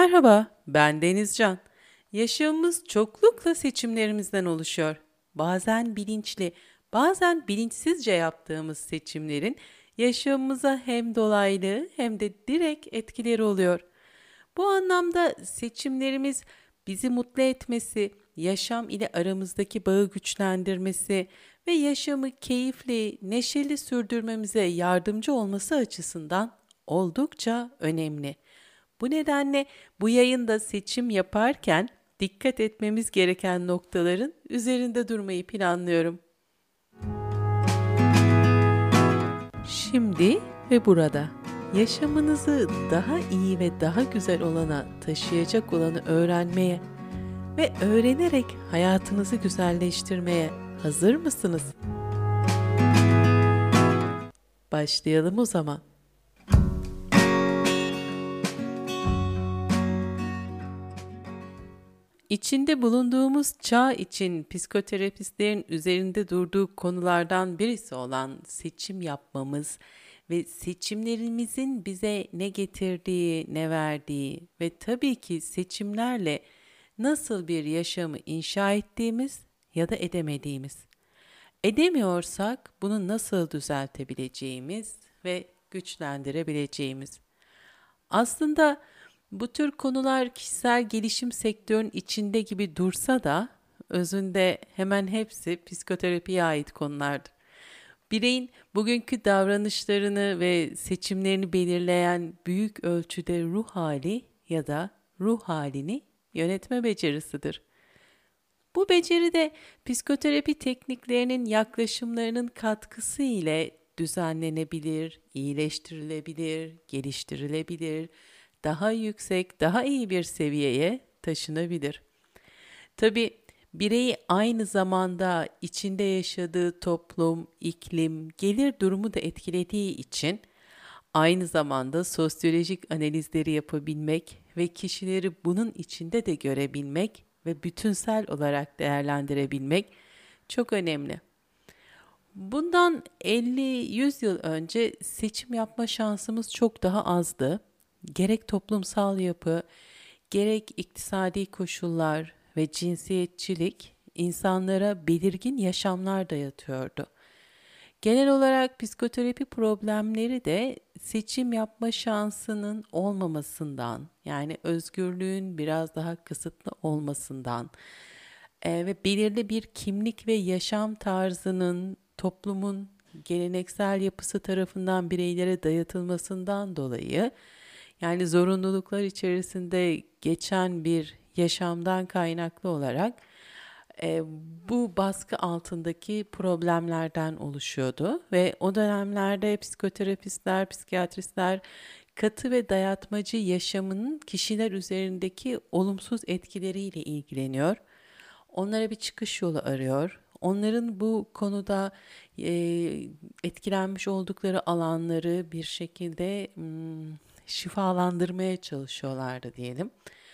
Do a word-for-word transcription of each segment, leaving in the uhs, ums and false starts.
Merhaba, ben Denizcan. Yaşamımız çoklukla seçimlerimizden oluşuyor. Bazen bilinçli, bazen bilinçsizce yaptığımız seçimlerin yaşamımıza hem dolaylı hem de direkt etkileri oluyor. Bu anlamda seçimlerimiz bizi mutlu etmesi, yaşam ile aramızdaki bağı güçlendirmesi ve yaşamı keyifli, neşeli sürdürmemize yardımcı olması açısından oldukça önemli. Bu nedenle bu yayında seçim yaparken dikkat etmemiz gereken noktaların üzerinde durmayı planlıyorum. Şimdi ve burada yaşamınızı daha iyi ve daha güzel olana taşıyacak olanı öğrenmeye ve öğrenerek hayatınızı güzelleştirmeye hazır mısınız? Başlayalım o zaman. İçinde bulunduğumuz çağ için psikoterapistlerin üzerinde durduğu konulardan birisi olan seçim yapmamız ve seçimlerimizin bize ne getirdiği, ne verdiği ve tabii ki seçimlerle nasıl bir yaşamı inşa ettiğimiz ya da edemediğimiz. Edemiyorsak bunu nasıl düzeltebileceğimiz ve güçlendirebileceğimiz. Aslında bu tür konular kişisel gelişim sektörünün içinde gibi dursa da özünde hemen hepsi psikoterapiye ait konulardır. Bireyin bugünkü davranışlarını ve seçimlerini belirleyen büyük ölçüde ruh hali ya da ruh halini yönetme becerisidir. Bu beceri de psikoterapi tekniklerinin yaklaşımlarının katkısı ile düzenlenebilir, iyileştirilebilir, geliştirilebilir, daha yüksek, daha iyi bir seviyeye taşınabilir. Tabii bireyi aynı zamanda içinde yaşadığı toplum, iklim, gelir durumu da etkilediği için aynı zamanda sosyolojik analizleri yapabilmek ve kişileri bunun içinde de görebilmek ve bütünsel olarak değerlendirebilmek çok önemli. Bundan elli yüz yıl önce seçim yapma şansımız çok daha azdı. Gerek toplumsal yapı, gerek iktisadi koşullar ve cinsiyetçilik insanlara belirgin yaşamlar dayatıyordu. Genel olarak psikoterapi problemleri de seçim yapma şansının olmamasından, yani özgürlüğün biraz daha kısıtlı olmasından e, ve belirli bir kimlik ve yaşam tarzının toplumun geleneksel yapısı tarafından bireylere dayatılmasından dolayı, yani zorunluluklar içerisinde geçen bir yaşamdan kaynaklı olarak e, bu baskı altındaki problemlerden oluşuyordu ve o dönemlerde psikoterapistler, psikiyatristler katı ve dayatmacı yaşamının kişiler üzerindeki olumsuz etkileriyle ilgileniyor. Onlara bir çıkış yolu arıyor. Onların bu konuda e, etkilenmiş oldukları alanları bir şekilde hmm, şifalandırmaya çalışıyorlardı diyelim.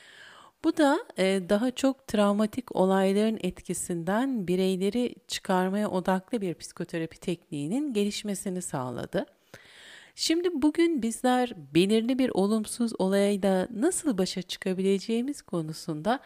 Bu da e, daha çok travmatik olayların etkisinden bireyleri çıkarmaya odaklı bir psikoterapi tekniğinin gelişmesini sağladı. Şimdi bugün bizler belirli bir olumsuz olayla nasıl başa çıkabileceğimiz konusunda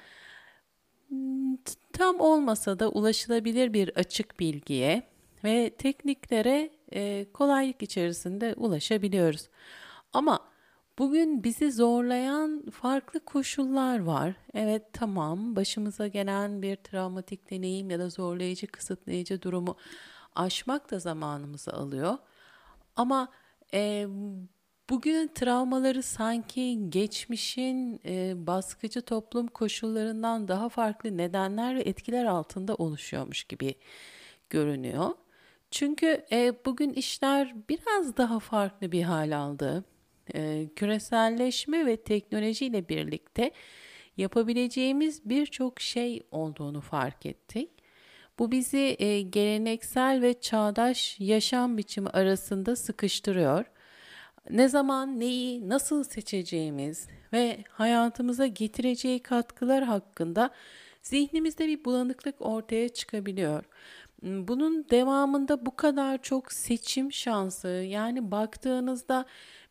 hmm, t- tam olmasa da ulaşılabilir bir açık bilgiye ve tekniklere e, kolaylık içerisinde ulaşabiliyoruz. Ama bugün bizi zorlayan farklı koşullar var. Evet, tamam, başımıza gelen bir travmatik deneyim ya da zorlayıcı, kısıtlayıcı durumu aşmak da zamanımızı alıyor. Ama e, bugünün travmaları sanki geçmişin e, baskıcı toplum koşullarından daha farklı nedenler ve etkiler altında oluşuyormuş gibi görünüyor. Çünkü e, bugün işler biraz daha farklı bir hal aldı. E, küreselleşme ve teknolojiyle birlikte yapabileceğimiz birçok şey olduğunu fark ettik. Bu bizi e, geleneksel ve çağdaş yaşam biçimi arasında sıkıştırıyor. Ne zaman neyi nasıl seçeceğimiz ve hayatımıza getireceği katkılar hakkında zihnimizde bir bulanıklık ortaya çıkabiliyor. Bunun devamında bu kadar çok seçim şansı, yani baktığınızda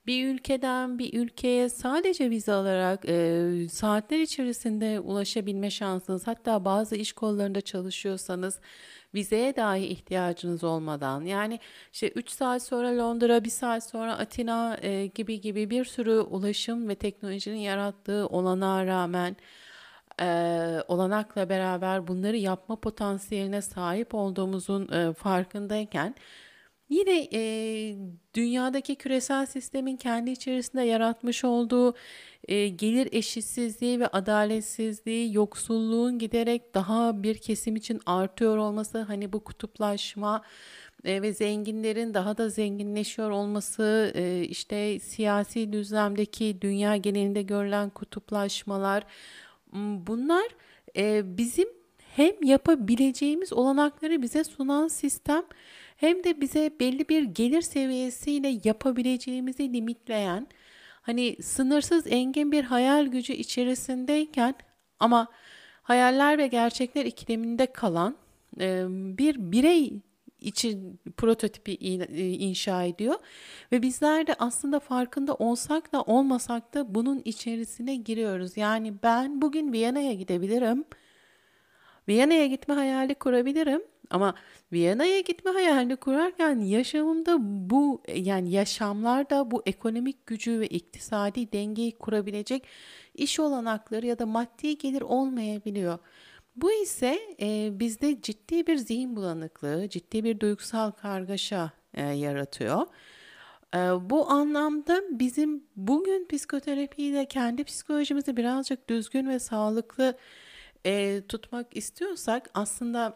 Bir ülkeden bir ülkeye sadece vize alarak e, saatler içerisinde ulaşabilme şansınız, hatta bazı iş kollarında çalışıyorsanız vizeye dahi ihtiyacınız olmadan, yani işte üç saat sonra Londra, bir saat sonra Atina e, gibi gibi bir sürü ulaşım ve teknolojinin yarattığı olanağa rağmen, e, olanakla beraber bunları yapma potansiyeline sahip olduğumuzun e, farkındayken, yine e, dünyadaki küresel sistemin kendi içerisinde yaratmış olduğu e, gelir eşitsizliği ve adaletsizliği, yoksulluğun giderek daha bir kesim için artıyor olması, hani bu kutuplaşma e, ve zenginlerin daha da zenginleşiyor olması, e, işte siyasi düzlemdeki dünya genelinde görülen kutuplaşmalar, m, bunlar e, bizim hem yapabileceğimiz olanakları bize sunan sistem, hem de bize belli bir gelir seviyesiyle yapabileceğimizi limitleyen, hani sınırsız engin bir hayal gücü içerisindeyken ama hayaller ve gerçekler ikileminde kalan e, bir birey için prototipi in- e, inşa ediyor ve bizler de aslında farkında olsak da olmasak da bunun içerisine giriyoruz. Yani ben bugün Viyana'ya gidebilirim. Viyana'ya gitme hayali kurabilirim ama Viyana'ya gitme hayalini kurarken yaşamımda bu, yani yaşamlarda bu ekonomik gücü ve iktisadi dengeyi kurabilecek iş olanakları ya da maddi gelir olmayabiliyor. Bu ise e, bizde ciddi bir zihin bulanıklığı, ciddi bir duygusal kargaşa e, yaratıyor. E, bu anlamda bizim bugün psikoterapiyle kendi psikolojimizi birazcık düzgün ve sağlıklı e, tutmak istiyorsak, aslında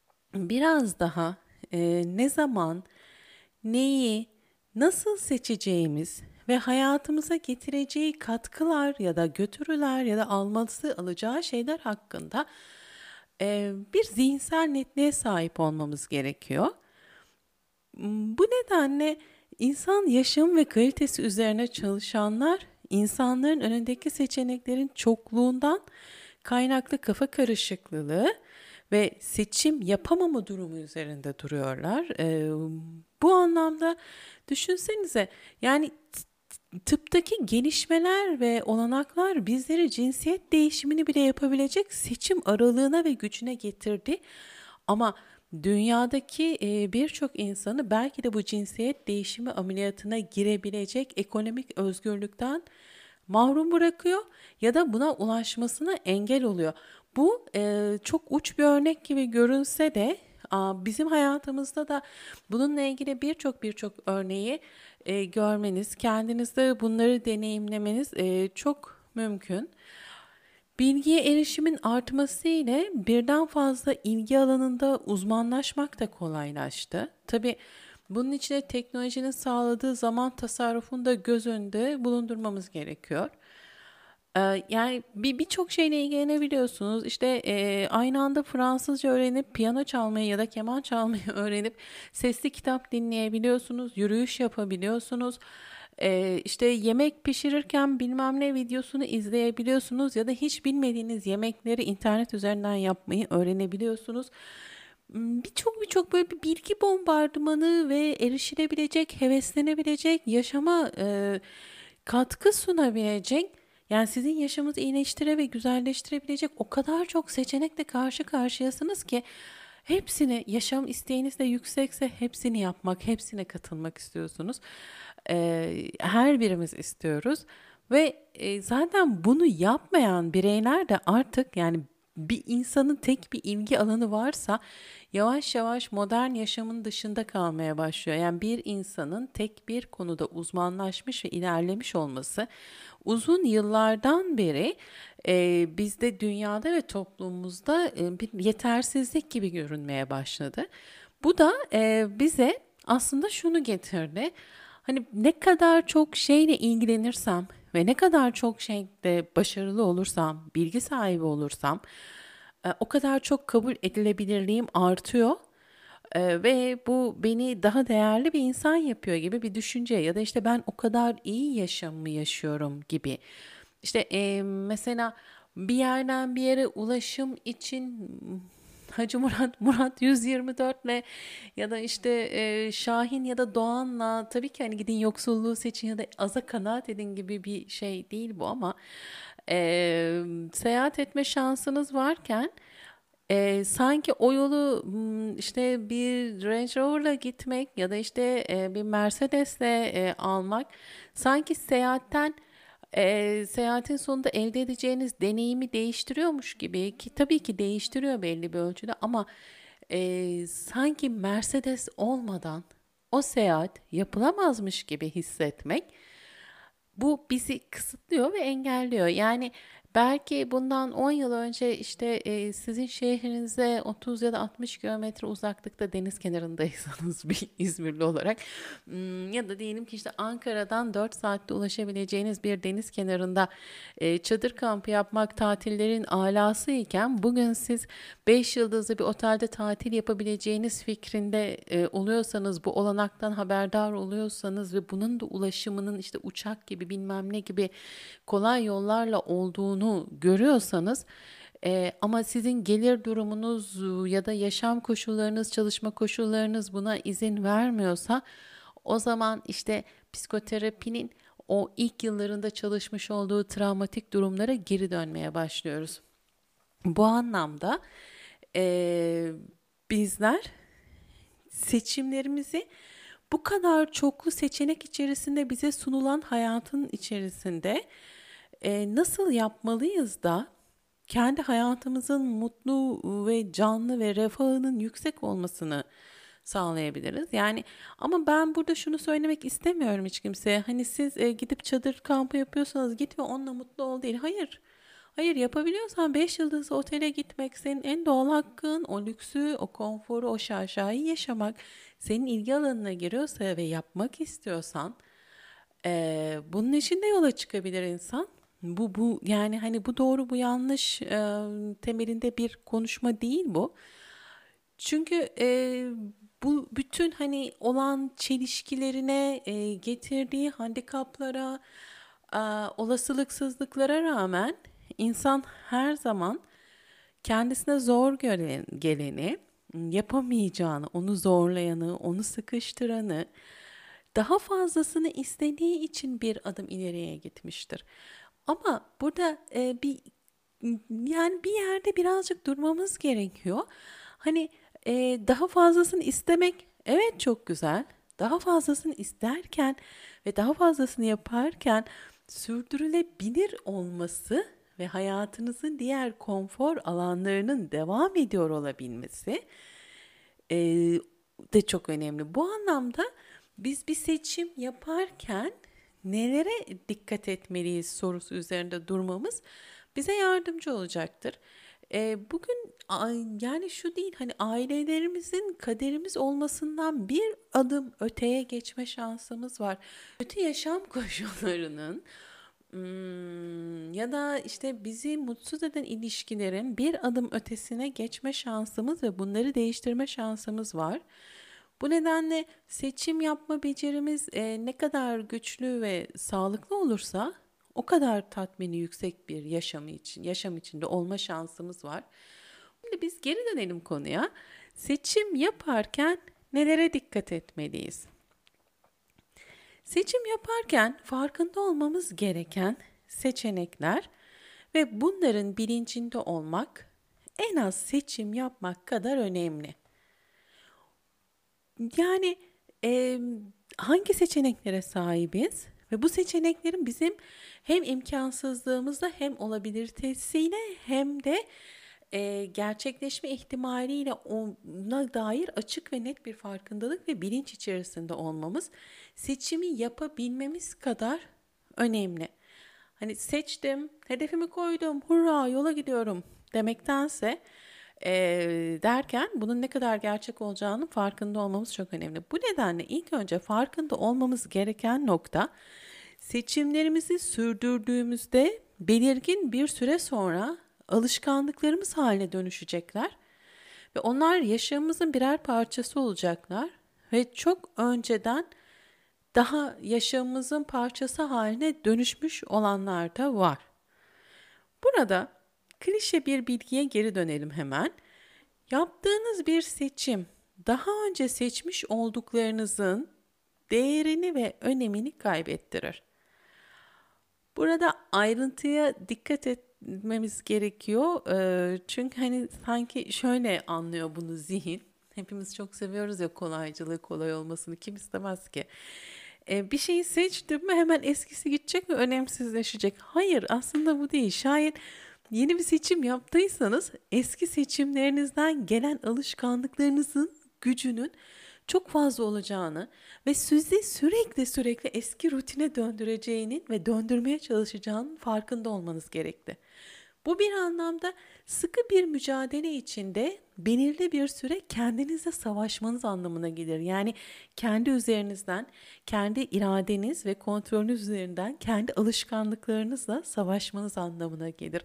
biraz daha e, ne zaman, neyi, nasıl seçeceğimiz ve hayatımıza getireceği katkılar ya da götürüler ya da alması alacağı şeyler hakkında e, bir zihinsel netliğe sahip olmamız gerekiyor. Bu nedenle insan yaşam ve kalitesi üzerine çalışanlar, insanların önündeki seçeneklerin çokluğundan kaynaklı kafa karışıklığı ve seçim yapamama durumu üzerinde duruyorlar. Ee, bu anlamda düşünsenize, yani tıptaki gelişmeler ve olanaklar bizleri cinsiyet değişimini bile yapabilecek seçim aralığına ve gücüne getirdi. Ama dünyadaki e, birçok insanı belki de bu cinsiyet değişimi ameliyatına girebilecek ekonomik özgürlükten mahrum bırakıyor ya da buna ulaşmasına engel oluyor. Bu e, çok uç bir örnek gibi görünse de a, bizim hayatımızda da bununla ilgili birçok birçok örneği e, görmeniz, kendinizde bunları deneyimlemeniz e, çok mümkün. Bilgiye erişimin artması ile birden fazla ilgi alanında uzmanlaşmak da kolaylaştı. Tabii bunun için de teknolojinin sağladığı zaman tasarrufunu da göz önünde bulundurmamız gerekiyor. Ee, Yani bir birçok şeyle ilgilenebiliyorsunuz. İşte e, aynı anda Fransızca öğrenip piyano çalmayı ya da keman çalmayı öğrenip sesli kitap dinleyebiliyorsunuz, yürüyüş yapabiliyorsunuz. Ee, işte yemek pişirirken bilmem ne videosunu izleyebiliyorsunuz ya da hiç bilmediğiniz yemekleri internet üzerinden yapmayı öğrenebiliyorsunuz. Hmm, Birçok birçok böyle bir bilgi bombardımanı ve erişilebilecek, heveslenebilecek, yaşama e, katkı sunabilecek, yani sizin yaşamınızı iyileştire ve güzelleştirebilecek o kadar çok seçenekle karşı karşıyasınız ki hepsini, yaşam isteğiniz de yüksekse hepsini yapmak, hepsine katılmak istiyorsunuz. Ee, her birimiz istiyoruz ve e, zaten bunu yapmayan bireyler de artık, yani bir insanın tek bir ilgi alanı varsa yavaş yavaş modern yaşamın dışında kalmaya başlıyor. Yani bir insanın tek bir konuda uzmanlaşmış ve ilerlemiş olması uzun yıllardan beri e, bizde, dünyada ve toplumumuzda e, bir yetersizlik gibi görünmeye başladı. Bu da e, bize aslında şunu getirdi. Hani ne kadar çok şeyle ilgilenirsem ve ne kadar çok şeyde başarılı olursam, bilgi sahibi olursam, e, o kadar çok kabul edilebilirliğim artıyor. E, ve bu beni daha değerli bir insan yapıyor gibi bir düşünce, ya da işte ben o kadar iyi yaşamımı yaşıyorum gibi. İşte e, mesela bir yerden bir yere ulaşım için Hacı Murat, Murat yüz yirmi dörtle ya da işte e, Şahin ya da Doğan'la tabii ki hani gidin yoksulluğu seçin ya da aza kanaat edin gibi bir şey değil bu ama e, seyahat etme şansınız varken e, sanki o yolu hmm, işte bir Range Rover'la gitmek ya da işte e, bir Mercedes'le e, almak sanki seyahatten e, seyahatin sonunda elde edeceğiniz deneyimi değiştiriyormuş gibi ki tabii ki değiştiriyor belli bir ölçüde ama e, sanki Mercedes olmadan o seyahat yapılamazmış gibi hissetmek bu bizi kısıtlıyor ve engelliyor. Yani belki bundan on yıl önce işte e, sizin şehrinize otuz ya da altmış kilometre uzaklıkta deniz kenarındaysanız bir İzmirli olarak hmm, ya da diyelim ki işte Ankara'dan dört saatte ulaşabileceğiniz bir deniz kenarında e, çadır kampı yapmak tatillerin alası iken bugün siz beş yıldızlı bir otelde tatil yapabileceğiniz fikrinde e, oluyorsanız, bu olanaktan haberdar oluyorsanız ve bunun da ulaşımının işte uçak gibi bilmem ne gibi kolay yollarla olduğunu görüyorsanız e, ama sizin gelir durumunuz ya da yaşam koşullarınız, çalışma koşullarınız buna izin vermiyorsa o zaman işte psikoterapinin o ilk yıllarında çalışmış olduğu travmatik durumlara geri dönmeye başlıyoruz. Bu anlamda e, bizler seçimlerimizi bu kadar çoklu seçenek içerisinde bize sunulan hayatın içerisinde e, nasıl yapmalıyız da kendi hayatımızın mutlu ve canlı ve refahının yüksek olmasını sağlayabiliriz. Yani ama ben burada şunu söylemek istemiyorum hiç kimseye. Hani siz e, gidip çadır kampı yapıyorsanız git ve onunla mutlu ol değil. Hayır. Hayır, yapabiliyorsan beş yıldızlı otele gitmek senin en doğal hakkın. O lüksü, o konforu, o şaşayı yaşamak senin ilgi alanına giriyorsa ve yapmak istiyorsan eee, bunun için de yola çıkabilir insan. Bu bu yani hani bu doğru bu yanlış eee, temelinde bir konuşma değil bu. Çünkü eee, bu bütün hani olan çelişkilerine, eee, getirdiği handikaplara, aa, olasılıksızlıklara rağmen insan her zaman kendisine zor gören, geleni, yapamayacağını, onu zorlayanı, onu sıkıştıranı, daha fazlasını istediği için bir adım ileriye gitmiştir. Ama burada e, bir yani bir yerde birazcık durmamız gerekiyor. Hani e, daha fazlasını istemek evet çok güzel. Daha fazlasını isterken ve daha fazlasını yaparken sürdürülebilir olması ve hayatınızın diğer konfor alanlarının devam ediyor olabilmesi e, de çok önemli. Bu anlamda biz bir seçim yaparken nelere dikkat etmeliyiz sorusu üzerinde durmamız bize yardımcı olacaktır. E, bugün a- yani şu değil hani ailelerimizin kaderimiz olmasından bir adım öteye geçme şansımız var. Kötü yaşam koşullarının Hmm, ya da işte bizi mutsuz eden ilişkilerin bir adım ötesine geçme şansımız ve bunları değiştirme şansımız var. Bu nedenle seçim yapma becerimiz e, ne kadar güçlü ve sağlıklı olursa o kadar tatmini yüksek bir yaşam için, yaşam içinde olma şansımız var. Şimdi biz geri dönelim konuya. Seçim yaparken nelere dikkat etmeliyiz? Seçim yaparken farkında olmamız gereken seçenekler ve bunların bilincinde olmak en az seçim yapmak kadar önemli. Yani e, hangi seçeneklere sahibiz ve bu seçeneklerin bizim hem imkansızlığımızda hem olabilitesiyle hem de e, gerçekleşme ihtimaliyle ona dair açık ve net bir farkındalık ve bilinç içerisinde olmamız seçimi yapabilmemiz kadar önemli. Hani seçtim, hedefimi koydum, hurra yola gidiyorum demektense e, derken bunun ne kadar gerçek olacağının farkında olmamız çok önemli. Bu nedenle ilk önce farkında olmamız gereken nokta seçimlerimizi sürdürdüğümüzde belirgin bir süre sonra alışkanlıklarımız haline dönüşecekler ve onlar yaşamımızın birer parçası olacaklar ve çok önceden daha yaşamımızın parçası haline dönüşmüş olanlar da var. Burada klişe bir bilgiye geri dönelim hemen. Yaptığınız bir seçim daha önce seçmiş olduklarınızın değerini ve önemini kaybettirir. Burada ayrıntıya dikkat etmemiz gerekiyor. Ee, çünkü hani sanki şöyle anlıyor bunu zihin. Hepimiz çok seviyoruz ya kolaycılığı, kolay olmasını. Kim istemez ki? Ee, bir şeyi seçtim mi hemen eskisi gidecek ve önemsizleşecek. Hayır, aslında bu değil. Şayet yeni bir seçim yaptıysanız eski seçimlerinizden gelen alışkanlıklarınızın gücünün çok fazla olacağını ve sizi sürekli sürekli eski rutine döndüreceğinin ve döndürmeye çalışacağının farkında olmanız gerekli. Bu bir anlamda sıkı bir mücadele içinde belirli bir süre kendinizle savaşmanız anlamına gelir. Yani kendi üzerinizden, kendi iradeniz ve kontrolünüz üzerinden kendi alışkanlıklarınızla savaşmanız anlamına gelir.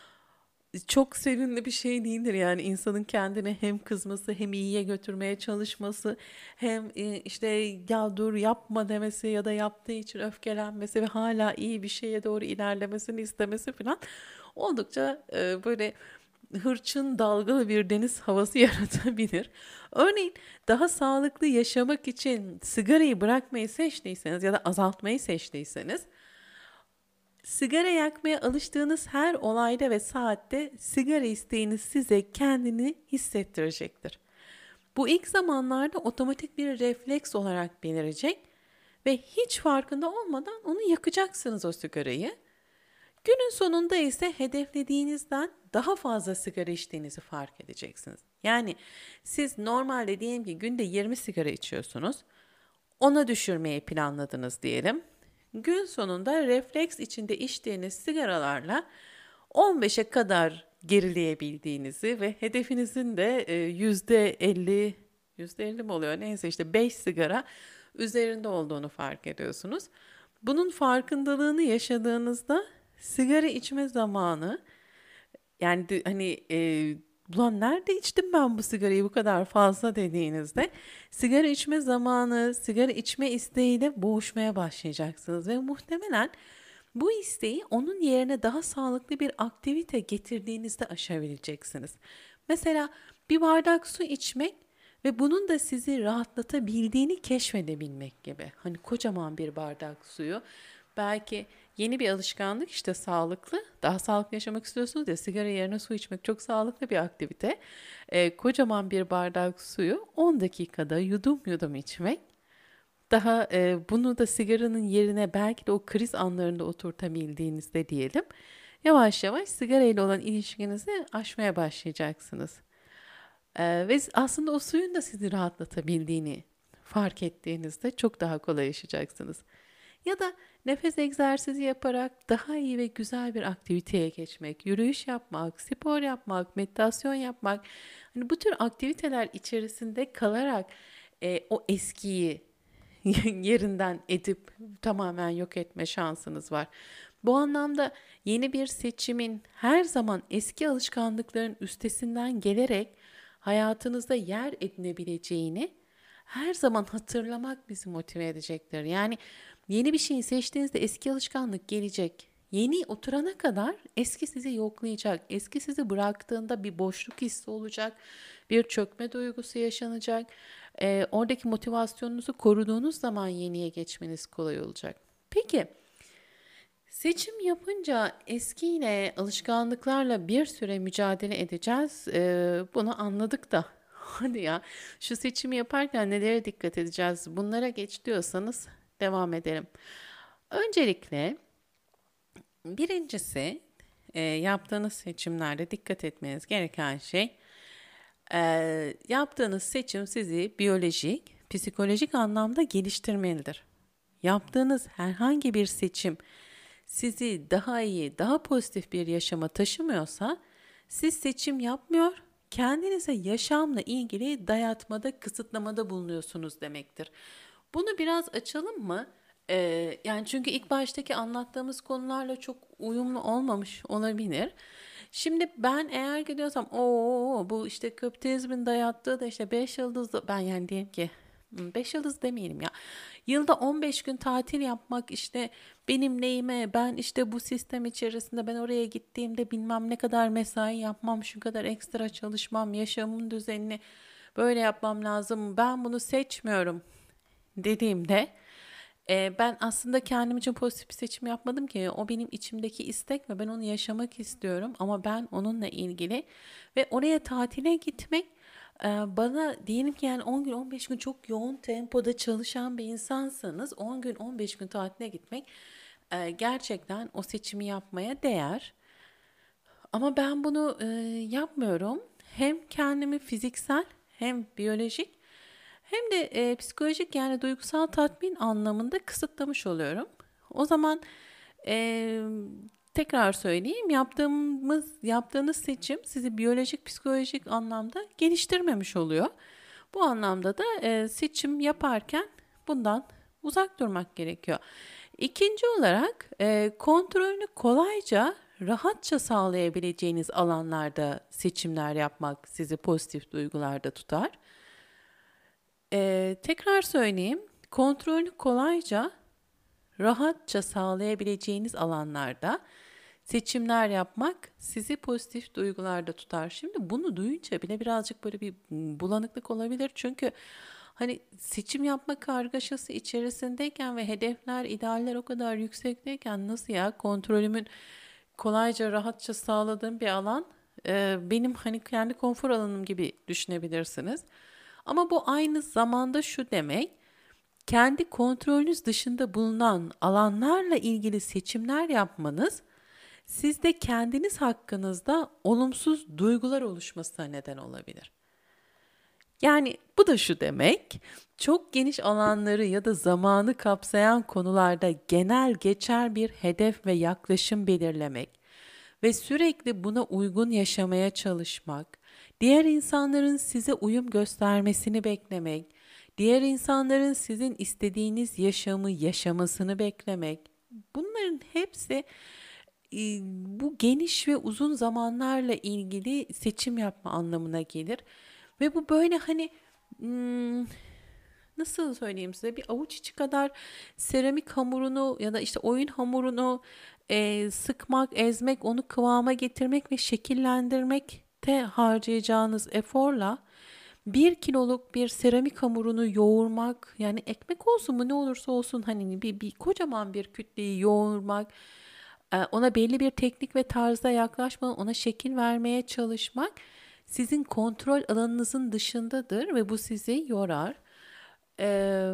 Çok sevimli bir şey değildir yani insanın kendine hem kızması hem iyiye götürmeye çalışması hem e, işte ya dur yapma demesi ya da yaptığı için öfkelenmesi ve hala iyi bir şeye doğru ilerlemesini istemesi falan oldukça e, böyle hırçın dalgalı bir deniz havası yaratabilir. Örneğin daha sağlıklı yaşamak için sigarayı bırakmayı seçtiyseniz ya da azaltmayı seçtiyseniz sigara yakmaya alıştığınız her olayda ve saatte sigara isteğiniz size kendini hissettirecektir. Bu ilk zamanlarda otomatik bir refleks olarak belirecek ve hiç farkında olmadan onu yakacaksınız o sigarayı. Günün sonunda ise hedeflediğinizden daha fazla sigara içtiğinizi fark edeceksiniz. Yani siz normalde diyelim ki günde yirmi sigara içiyorsunuz. Ona düşürmeyi planladınız diyelim. Gün sonunda refleks içinde içtiğiniz sigaralarla on beşe kadar gerileyebildiğinizi ve hedefinizin de e, yüzde elli, yüzde elli mi oluyor neyse işte beş sigara üzerinde olduğunu fark ediyorsunuz. Bunun farkındalığını yaşadığınızda sigara içme zamanı yani de- hani e, ulan nerede içtim ben bu sigarayı bu kadar fazla dediğinizde sigara içme zamanı, sigara içme isteğiyle boğuşmaya başlayacaksınız ve muhtemelen bu isteği onun yerine daha sağlıklı bir aktivite getirdiğinizde aşabileceksiniz. Mesela bir bardak su içmek ve bunun da sizi rahatlatabildiğini keşfedebilmek gibi. Hani kocaman bir bardak suyu belki yeni bir alışkanlık işte sağlıklı, daha sağlıklı yaşamak istiyorsunuz ya sigara yerine su içmek çok sağlıklı bir aktivite. Ee, kocaman bir bardak suyu on dakikada yudum yudum içmek daha e, bunu da sigaranın yerine belki de o kriz anlarında oturtabildiğinizde diyelim. Yavaş yavaş sigara ile olan ilişkinizi aşmaya başlayacaksınız. Ee, ve aslında o suyun da sizi rahatlatabildiğini fark ettiğinizde çok daha kolay yaşayacaksınız. Ya da nefes egzersizi yaparak daha iyi ve güzel bir aktiviteye geçmek, yürüyüş yapmak, spor yapmak, meditasyon yapmak. Hani bu tür aktiviteler içerisinde kalarak e, o eskiyi yerinden edip tamamen yok etme şansınız var. Bu anlamda yeni bir seçimin her zaman eski alışkanlıkların üstesinden gelerek hayatınızda yer edinebileceğini her zaman hatırlamak bizi motive edecektir. Yani yeni bir şeyi seçtiğinizde eski alışkanlık gelecek. Yeni oturana kadar eski sizi yoklayacak. Eski sizi bıraktığında bir boşluk hissi olacak. Bir çökme duygusu yaşanacak. Ee, oradaki motivasyonunuzu koruduğunuz zaman yeniye geçmeniz kolay olacak. Peki seçim yapınca eskiyle, alışkanlıklarla bir süre mücadele edeceğiz. Ee, bunu anladık da. Hadi ya, şu seçimi yaparken nelere dikkat edeceğiz? Bunlara geç diyorsanız devam edelim. Öncelikle birincisi e, yaptığınız seçimlerde dikkat etmeniz gereken şey e, yaptığınız seçim sizi biyolojik, psikolojik anlamda geliştirmelidir. Yaptığınız herhangi bir seçim sizi daha iyi, daha pozitif bir yaşama taşımıyorsa siz seçim yapmıyor, kendinize yaşamla ilgili dayatmada, kısıtlamada bulunuyorsunuz demektir. Bunu biraz açalım mı? Ee, yani çünkü ilk baştaki anlattığımız konularla çok uyumlu olmamış olabilir. Şimdi ben eğer gidiyorsam o bu işte kapitalizmin dayattığı da işte beş yıldızlı ben yani diyeyim ki beş yıldız demeyelim ya. Yılda on beş gün tatil yapmak, işte benim neyime, ben işte bu sistem içerisinde ben oraya gittiğimde bilmem ne kadar mesai yapmam, şu kadar ekstra çalışmam, yaşamın düzenini böyle yapmam lazım, ben bunu seçmiyorum dediğimde e, ben aslında kendim için pozitif bir seçim yapmadım ki. O benim içimdeki istek ve ben onu yaşamak istiyorum. Ama ben onunla ilgili ve oraya tatile gitmek e, bana, diyelim ki yani on gün on beş gün çok yoğun tempoda çalışan bir insansanız on gün on beş gün tatile gitmek e, gerçekten o seçimi yapmaya değer. Ama ben bunu e, yapmıyorum. Hem kendimi fiziksel hem biyolojik hem de e, psikolojik, yani duygusal tatmin anlamında kısıtlamış oluyorum. O zaman e, tekrar söyleyeyim, yaptığımız yaptığınız seçim sizi biyolojik psikolojik anlamda geliştirmemiş oluyor. Bu anlamda da e, seçim yaparken bundan uzak durmak gerekiyor. İkinci olarak e, kontrolünü kolayca, rahatça sağlayabileceğiniz alanlarda seçimler yapmak sizi pozitif duygularda tutar. Ee, tekrar söyleyeyim. Kontrolü kolayca, rahatça sağlayabileceğiniz alanlarda seçimler yapmak sizi pozitif duygularda tutar. Şimdi bunu duyunca bile birazcık böyle bir bulanıklık olabilir. Çünkü hani seçim yapma kargaşası içerisindeyken ve hedefler, idealler o kadar yüksekteyken nasıl ya kontrolümün kolayca, rahatça sağladığım bir alan e, benim hani kendi konfor alanım gibi düşünebilirsiniz. Ama bu aynı zamanda şu demek, kendi kontrolünüz dışında bulunan alanlarla ilgili seçimler yapmanız sizde kendiniz hakkınızda olumsuz duygular oluşmasına neden olabilir. Yani bu da şu demek, çok geniş alanları ya da zamanı kapsayan konularda genel geçer bir hedef ve yaklaşım belirlemek ve sürekli buna uygun yaşamaya çalışmak, diğer insanların size uyum göstermesini beklemek, diğer insanların sizin istediğiniz yaşamı yaşamasını beklemek, bunların hepsi e, bu geniş ve uzun zamanlarla ilgili seçim yapma anlamına gelir. Ve bu böyle hani hmm, nasıl söyleyeyim size, bir avuç içi kadar seramik hamurunu ya da işte oyun hamurunu e, sıkmak, ezmek, onu kıvama getirmek ve şekillendirmekte harcayacağınız eforla bir kiloluk bir seramik hamurunu yoğurmak, yani ekmek olsun mu ne olursa olsun, hani bir, bir kocaman bir kütleyi yoğurmak, e, ona belli bir teknik ve tarzda yaklaşmadan ona şekil vermeye çalışmak sizin kontrol alanınızın dışındadır ve bu sizi yorar. Eee,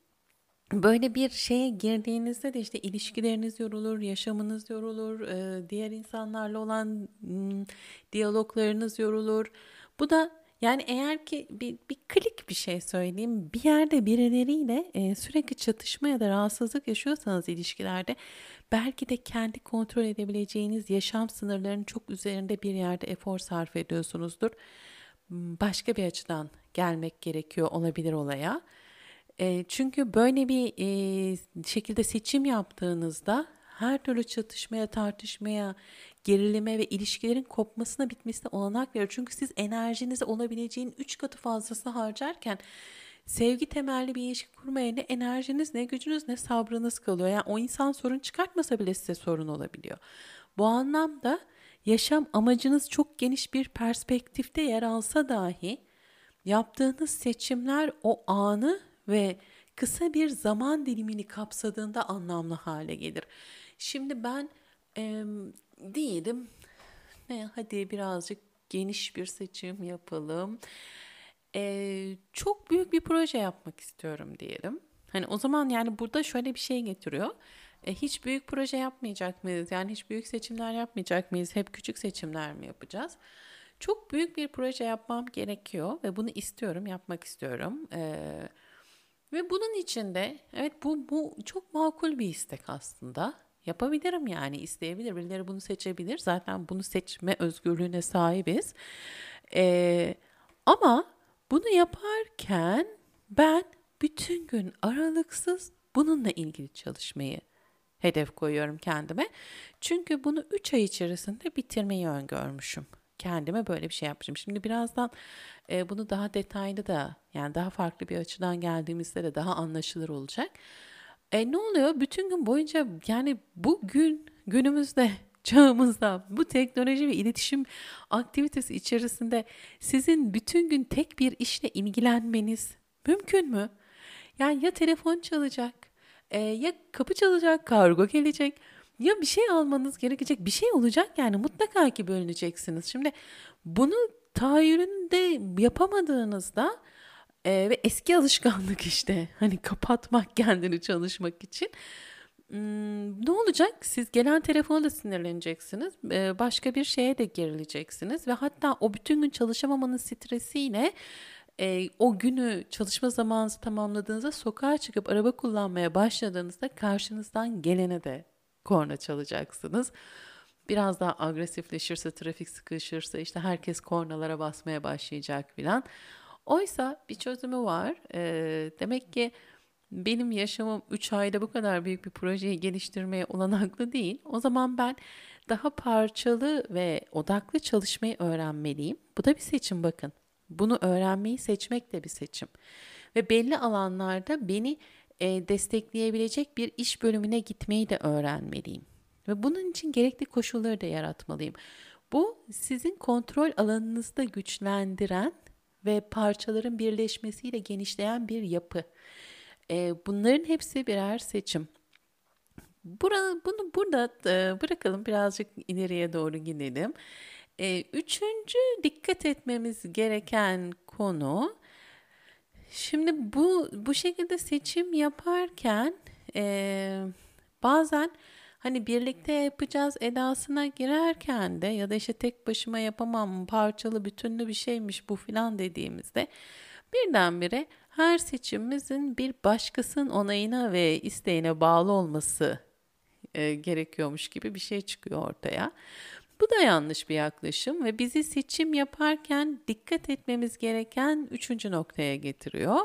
Böyle bir şeye girdiğinizde de işte ilişkileriniz yorulur, yaşamınız yorulur, eee, diğer insanlarla olan mm, diyaloglarınız yorulur. Bu da yani eğer ki bir, bir klik bir şey söyleyeyim, bir yerde birileriyle eee, sürekli çatışma ya da rahatsızlık yaşıyorsanız ilişkilerde, belki de kendi kontrol edebileceğiniz yaşam sınırlarının çok üzerinde bir yerde efor sarf ediyorsunuzdur. Başka bir açıdan gelmek gerekiyor olabilir olaya. E, çünkü böyle bir e, şekilde seçim yaptığınızda her türlü çatışmaya, tartışmaya, gerilime ve ilişkilerin kopmasına, bitmesine olanak verir. Çünkü siz enerjinizi olabileceğin üç katı fazlasını harcarken sevgi temelli bir ilişki kurmaya ne enerjiniz, ne gücünüz, ne sabrınız kalıyor. Yani o insan sorun çıkartmasa bile size sorun olabiliyor. Bu anlamda yaşam amacınız çok geniş bir perspektifte yer alsa dahi yaptığınız seçimler o anı ve kısa bir zaman dilimini kapsadığında anlamlı hale gelir. Şimdi ben e, diyelim, ne hadi birazcık geniş bir seçim yapalım. E, çok büyük bir proje yapmak istiyorum diyelim. Hani o zaman yani burada şöyle bir şey getiriyor. E, hiç büyük proje yapmayacak mıyız? Yani hiç büyük seçimler yapmayacak mıyız? Hep küçük seçimler mi yapacağız? Çok büyük bir proje yapmam gerekiyor ve bunu istiyorum, yapmak istiyorum. Ee, ve bunun için de evet, bu, bu çok makul bir istek aslında. Yapabilirim, yani isteyebilir. Birileri bunu seçebilir. Zaten bunu seçme özgürlüğüne sahibiz. Ee, ama bunu yaparken ben bütün gün aralıksız bununla ilgili çalışmayı hedef koyuyorum kendime. Çünkü bunu üç ay içerisinde bitirmeyi öngörmüşüm. kendime böyle bir şey yapmışım. Şimdi birazdan e, bunu daha detaylı da yani daha farklı bir açıdan geldiğimizde de daha anlaşılır olacak. E, ne oluyor? Bütün gün boyunca yani bugün günümüzde çağımızda bu teknoloji ve iletişim aktivitesi içerisinde sizin bütün gün tek bir işle ilgilenmeniz mümkün mü? Yani ya telefon çalacak, e, ya kapı çalacak, kargo gelecek, ya bir şey almanız gerekecek, bir şey olacak yani mutlaka ki bölüneceksiniz. Şimdi bunu tahayyülünde yapamadığınızda e, ve eski alışkanlık işte hani kapatmak kendini çalışmak için hmm, ne olacak? Siz gelen telefona da sinirleneceksiniz, e, başka bir şeye de gerileceksiniz ve hatta o bütün gün çalışamamanın stresiyle e, o günü çalışma zamanınızı tamamladığınızda sokağa çıkıp araba kullanmaya başladığınızda karşınızdan gelene de korna çalacaksınız. Biraz daha agresifleşirse, trafik sıkışırsa işte herkes kornalara basmaya başlayacak filan. Oysa bir çözümü var. Ee, demek ki benim yaşamım üç ayda bu kadar büyük bir projeyi geliştirmeye olanaklı değil. O zaman ben daha parçalı ve odaklı çalışmayı öğrenmeliyim. Bu da bir seçim bakın. Bunu öğrenmeyi seçmek de bir seçim. Ve belli alanlarda beni e, destekleyebilecek bir iş bölümüne gitmeyi de öğrenmeliyim. Ve bunun için gerekli koşulları da yaratmalıyım. Bu sizin kontrol alanınızda güçlendiren ve parçaların birleşmesiyle genişleyen bir yapı. E, bunların hepsi birer seçim. Bura, bunu burada e, bırakalım, birazcık ileriye doğru gidelim. E, üçüncü dikkat etmemiz gereken konu, şimdi bu bu şekilde seçim yaparken e, bazen hani birlikte yapacağız edasına girerken de ya da işte tek başıma yapamam, parçalı bütünlü bir şeymiş bu filan dediğimizde birdenbire her seçimimizin bir başkasının onayına ve isteğine bağlı olması e, gerekiyormuş gibi bir şey çıkıyor ortaya. Bu da yanlış bir yaklaşım ve bizi seçim yaparken dikkat etmemiz gereken üçüncü noktaya getiriyor.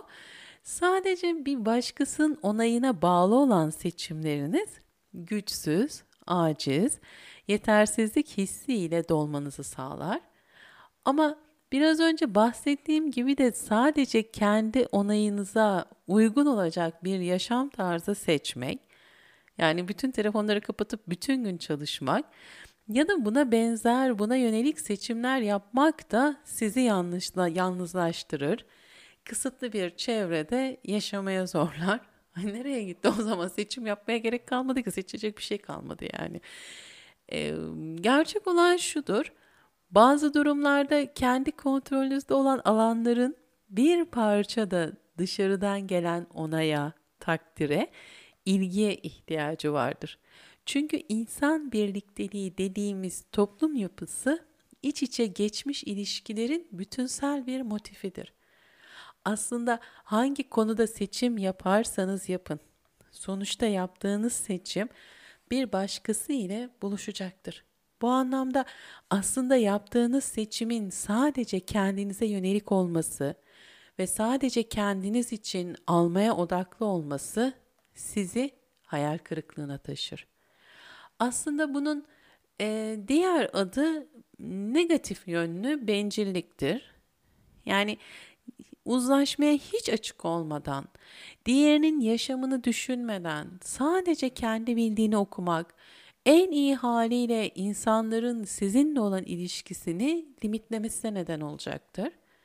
Sadece bir başkasının onayına bağlı olan seçimleriniz güçsüz, aciz, yetersizlik hissiyle dolmanızı sağlar. Ama biraz önce bahsettiğim gibi de sadece kendi onayınıza uygun olacak bir yaşam tarzı seçmek, yani bütün telefonları kapatıp bütün gün çalışmak ya da buna benzer, buna yönelik seçimler yapmak da sizi yanlışla, yalnızlaştırır. Kısıtlı bir çevrede yaşamaya zorlar. Ay nereye gitti o zaman? Seçim yapmaya gerek kalmadı ki. Seçecek bir şey kalmadı yani. Ee, gerçek olan şudur. Bazı durumlarda kendi kontrolünüzde olan alanların bir parça da dışarıdan gelen onaya, takdire, ilgiye ihtiyacı vardır. Çünkü insan birlikteliği dediğimiz toplum yapısı iç içe geçmiş ilişkilerin bütünsel bir motifidir. Aslında hangi konuda seçim yaparsanız yapın, sonuçta yaptığınız seçim bir başkası ile buluşacaktır. Bu anlamda aslında yaptığınız seçimin sadece kendinize yönelik olması ve sadece kendiniz için almaya odaklı olması sizi hayal kırıklığına taşır. Aslında bunun e, diğer adı negatif yönlü bencilliktir. Yani uzlaşmaya hiç açık olmadan, diğerinin yaşamını düşünmeden sadece kendi bildiğini okumak, en iyi haliyle insanların sizinle olan ilişkisini limitlemesine neden olacaktır.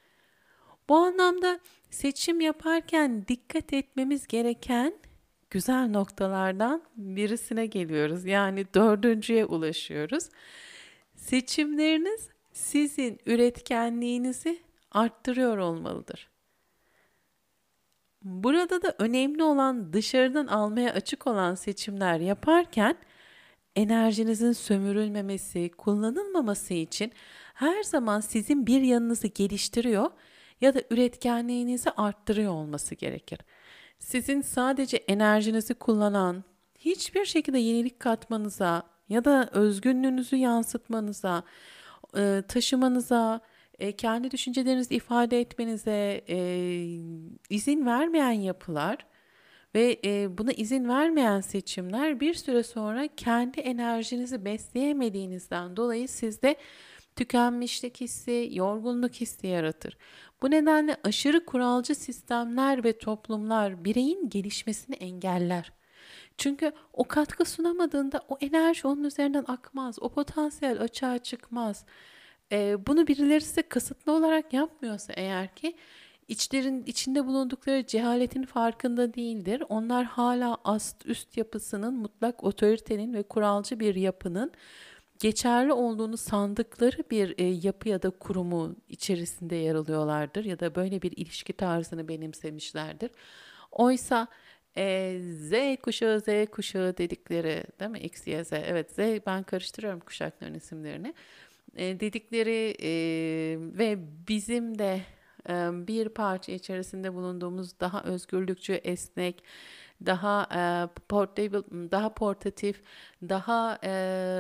Bu anlamda seçim yaparken dikkat etmemiz gereken güzel noktalardan birisine geliyoruz. Yani dördüncüye ulaşıyoruz. Seçimleriniz sizin üretkenliğinizi arttırıyor olmalıdır. Burada da önemli olan dışarıdan almaya açık olan seçimler yaparken enerjinizin sömürülmemesi, kullanılmaması için her zaman sizin bir yanınızı geliştiriyor ya da üretkenliğinizi arttırıyor olması gerekir. Sizin sadece enerjinizi kullanan, hiçbir şekilde yenilik katmanıza ya da özgünlüğünüzü yansıtmanıza, e, taşımanıza, e, kendi düşüncelerinizi ifade etmenize e, izin vermeyen yapılar ve e, buna izin vermeyen seçimler bir süre sonra kendi enerjinizi besleyemediğinizden dolayı sizde tükenmişlik hissi, yorgunluk hissi yaratır. Bu nedenle aşırı kuralcı sistemler ve toplumlar bireyin gelişmesini engeller. Çünkü o katkı sunamadığında o enerji onun üzerinden akmaz, o potansiyel açığa çıkmaz. Eee, bunu birileri size kasıtlı olarak yapmıyorsa eğer ki içlerin içinde bulundukları cehaletin farkında değildir. Onlar hala ast üst yapısının, mutlak otoritenin ve kuralcı bir yapının geçerli olduğunu sandıkları bir e, yapı ya da kurumu içerisinde yer alıyorlardır ya da böyle bir ilişki tarzını benimsemişlerdir. Oysa e, Z kuşağı, Z kuşağı dedikleri, değil mi? X, Y, Z. Evet, Z, ben karıştırıyorum kuşakların isimlerini. E, dedikleri e, ve bizim de e, bir parça içerisinde bulunduğumuz daha özgürlükçü, esnek, daha e, portable, daha portatif, daha e,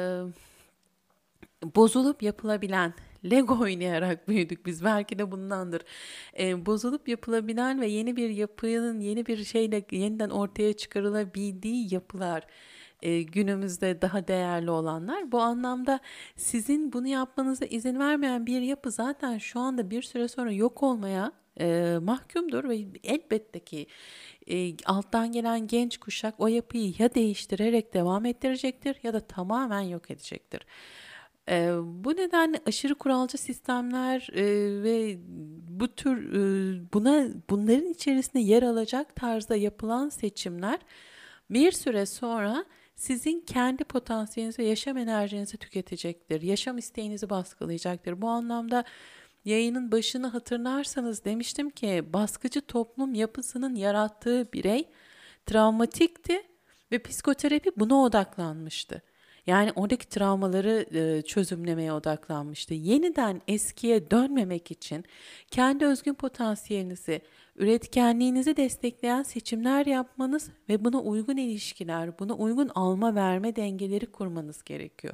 bozulup yapılabilen, Lego oynayarak büyüdük biz, belki de bundandır. Ee, bozulup yapılabilen ve yeni bir yapının yeni bir şeyle yeniden ortaya çıkarılabildiği yapılar e, günümüzde daha değerli olanlar. Bu anlamda sizin bunu yapmanıza izin vermeyen bir yapı zaten şu anda bir süre sonra yok olmaya e, mahkumdur ve elbette ki e, alttan gelen genç kuşak o yapıyı ya değiştirerek devam ettirecektir ya da tamamen yok edecektir. Eee, bu nedenle aşırı kuralcı sistemler eee, ve bu tür eee, buna bunların içerisinde yer alacak tarzda yapılan seçimler bir süre sonra sizin kendi potansiyelinizi ve yaşam enerjinizi tüketecektir. Yaşam isteğinizi baskılayacaktır. Bu anlamda yayının başını hatırlarsanız demiştim ki baskıcı toplum yapısının yarattığı birey travmatikti ve psikoterapi buna odaklanmıştı. Yani oradaki travmaları e, çözümlemeye odaklanmıştı. Yeniden eskiye dönmemek için kendi özgün potansiyelinizi, üretkenliğinizi destekleyen seçimler yapmanız ve buna uygun ilişkiler, buna uygun alma verme dengeleri kurmanız gerekiyor.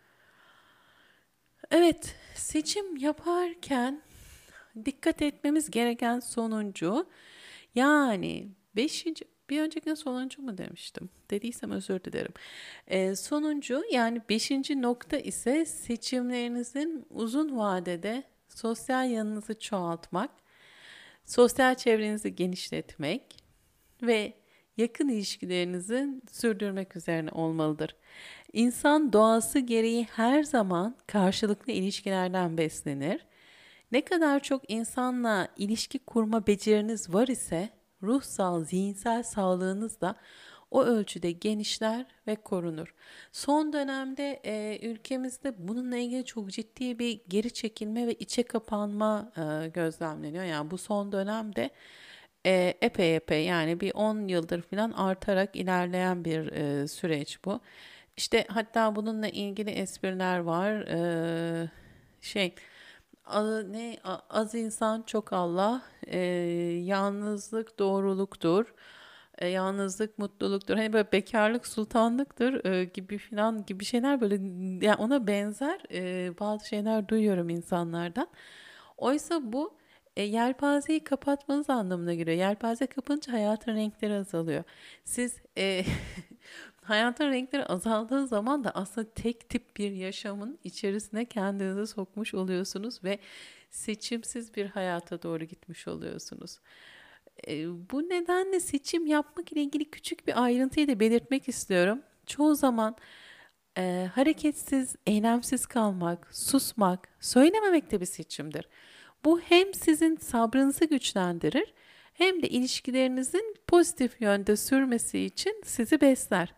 Evet, seçim yaparken dikkat etmemiz gereken sonuncu, yani beşinci, bir öncekine sonuncu mu demiştim? Dediysem özür dilerim. Ee, sonuncu, yani beşinci nokta ise seçimlerinizin uzun vadede sosyal yanınızı çoğaltmak, sosyal çevrenizi genişletmek ve yakın ilişkilerinizi sürdürmek üzerine olmalıdır. İnsan doğası gereği her zaman karşılıklı ilişkilerden beslenir. Ne kadar çok insanla ilişki kurma beceriniz var ise ruhsal, zihinsel sağlığınız da o ölçüde genişler ve korunur. Son dönemde e, ülkemizde bununla ilgili çok ciddi bir geri çekilme ve içe kapanma e, gözlemleniyor. Yani bu son dönemde e, epey epey, yani bir on yıldır falan artarak ilerleyen bir e, süreç bu. İşte hatta bununla ilgili espriler var. E, şey a- ne a- az insan çok Allah, e, yalnızlık doğruluktur. E, yalnızlık mutluluktur. Hani böyle bekarlık sultanlıktır e, gibi filan gibi şeyler, böyle yani ona benzer e, bazı şeyler duyuyorum insanlardan. Oysa bu e, yelpazeyi kapatmanız anlamına geliyor. Yelpaze kapınca hayatın renkleri azalıyor. Siz e, hayatın renkleri azaldığı zaman da aslında tek tip bir yaşamın içerisine kendinizi sokmuş oluyorsunuz ve seçimsiz bir hayata doğru gitmiş oluyorsunuz. E, bu nedenle seçim yapmak ile ilgili küçük bir ayrıntıyı da belirtmek istiyorum. Çoğu zaman e, hareketsiz, eylemsiz kalmak, susmak, söylememek de bir seçimdir. Bu hem sizin sabrınızı güçlendirir hem de ilişkilerinizin pozitif yönde sürmesi için sizi besler.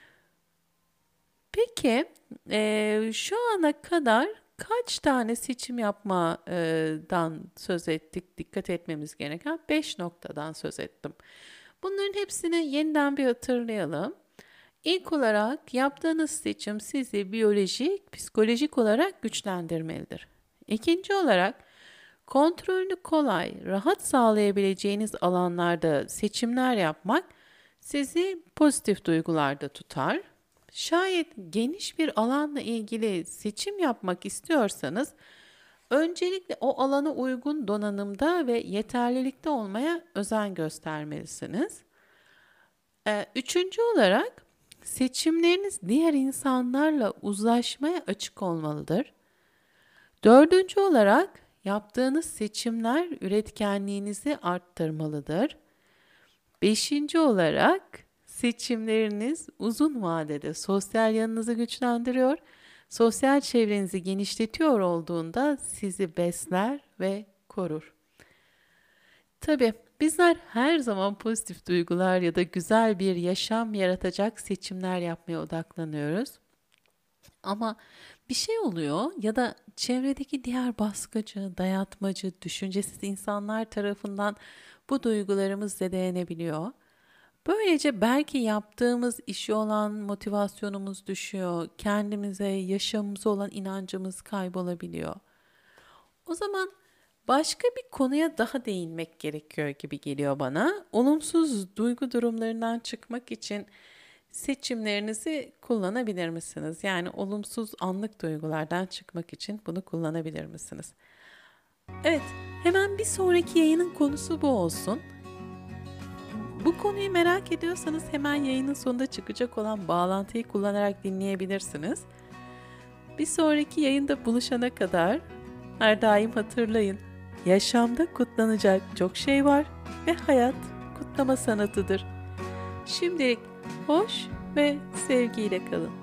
Peki, eee, şu ana kadar kaç tane seçim yapmadan söz ettik? Dikkat etmemiz gereken beş noktadan söz ettim. Bunların hepsini yeniden bir hatırlayalım. İlk olarak yaptığınız seçim sizi biyolojik, psikolojik olarak güçlendirmelidir. İkinci olarak kontrolünü kolay, rahat sağlayabileceğiniz alanlarda seçimler yapmak sizi pozitif duygularda tutar. Şayet geniş bir alanla ilgili seçim yapmak istiyorsanız, öncelikle o alana uygun donanımda ve yeterlilikte olmaya özen göstermelisiniz. Ee, Üçüncü olarak seçimleriniz diğer insanlarla uzlaşmaya açık olmalıdır. Dördüncü olarak yaptığınız seçimler üretkenliğinizi arttırmalıdır. Beşinci olarak seçimleriniz uzun vadede sosyal yanınızı güçlendiriyor, sosyal çevrenizi genişletiyor olduğunda sizi besler ve korur. Tabii bizler her zaman pozitif duygular ya da güzel bir yaşam yaratacak seçimler yapmaya odaklanıyoruz. Ama bir şey oluyor ya da çevredeki diğer baskıcı, dayatmacı, düşüncesiz insanlar tarafından bu duygularımız zedelenebiliyor. Böylece belki yaptığımız işe olan motivasyonumuz düşüyor, kendimize, yaşamımıza olan inancımız kaybolabiliyor. O zaman başka bir konuya daha değinmek gerekiyor gibi geliyor bana. Olumsuz duygu durumlarından çıkmak için seçimlerinizi kullanabilir misiniz? Yani olumsuz anlık duygulardan çıkmak için bunu kullanabilir misiniz? Evet, hemen bir sonraki yayının konusu bu olsun. Bu konuyu merak ediyorsanız hemen yayının sonunda çıkacak olan bağlantıyı kullanarak dinleyebilirsiniz. Bir sonraki yayında buluşana kadar her daim hatırlayın. Yaşamda kutlanacak çok şey var ve hayat kutlama sanatıdır. Şimdilik hoş ve sevgiyle kalın.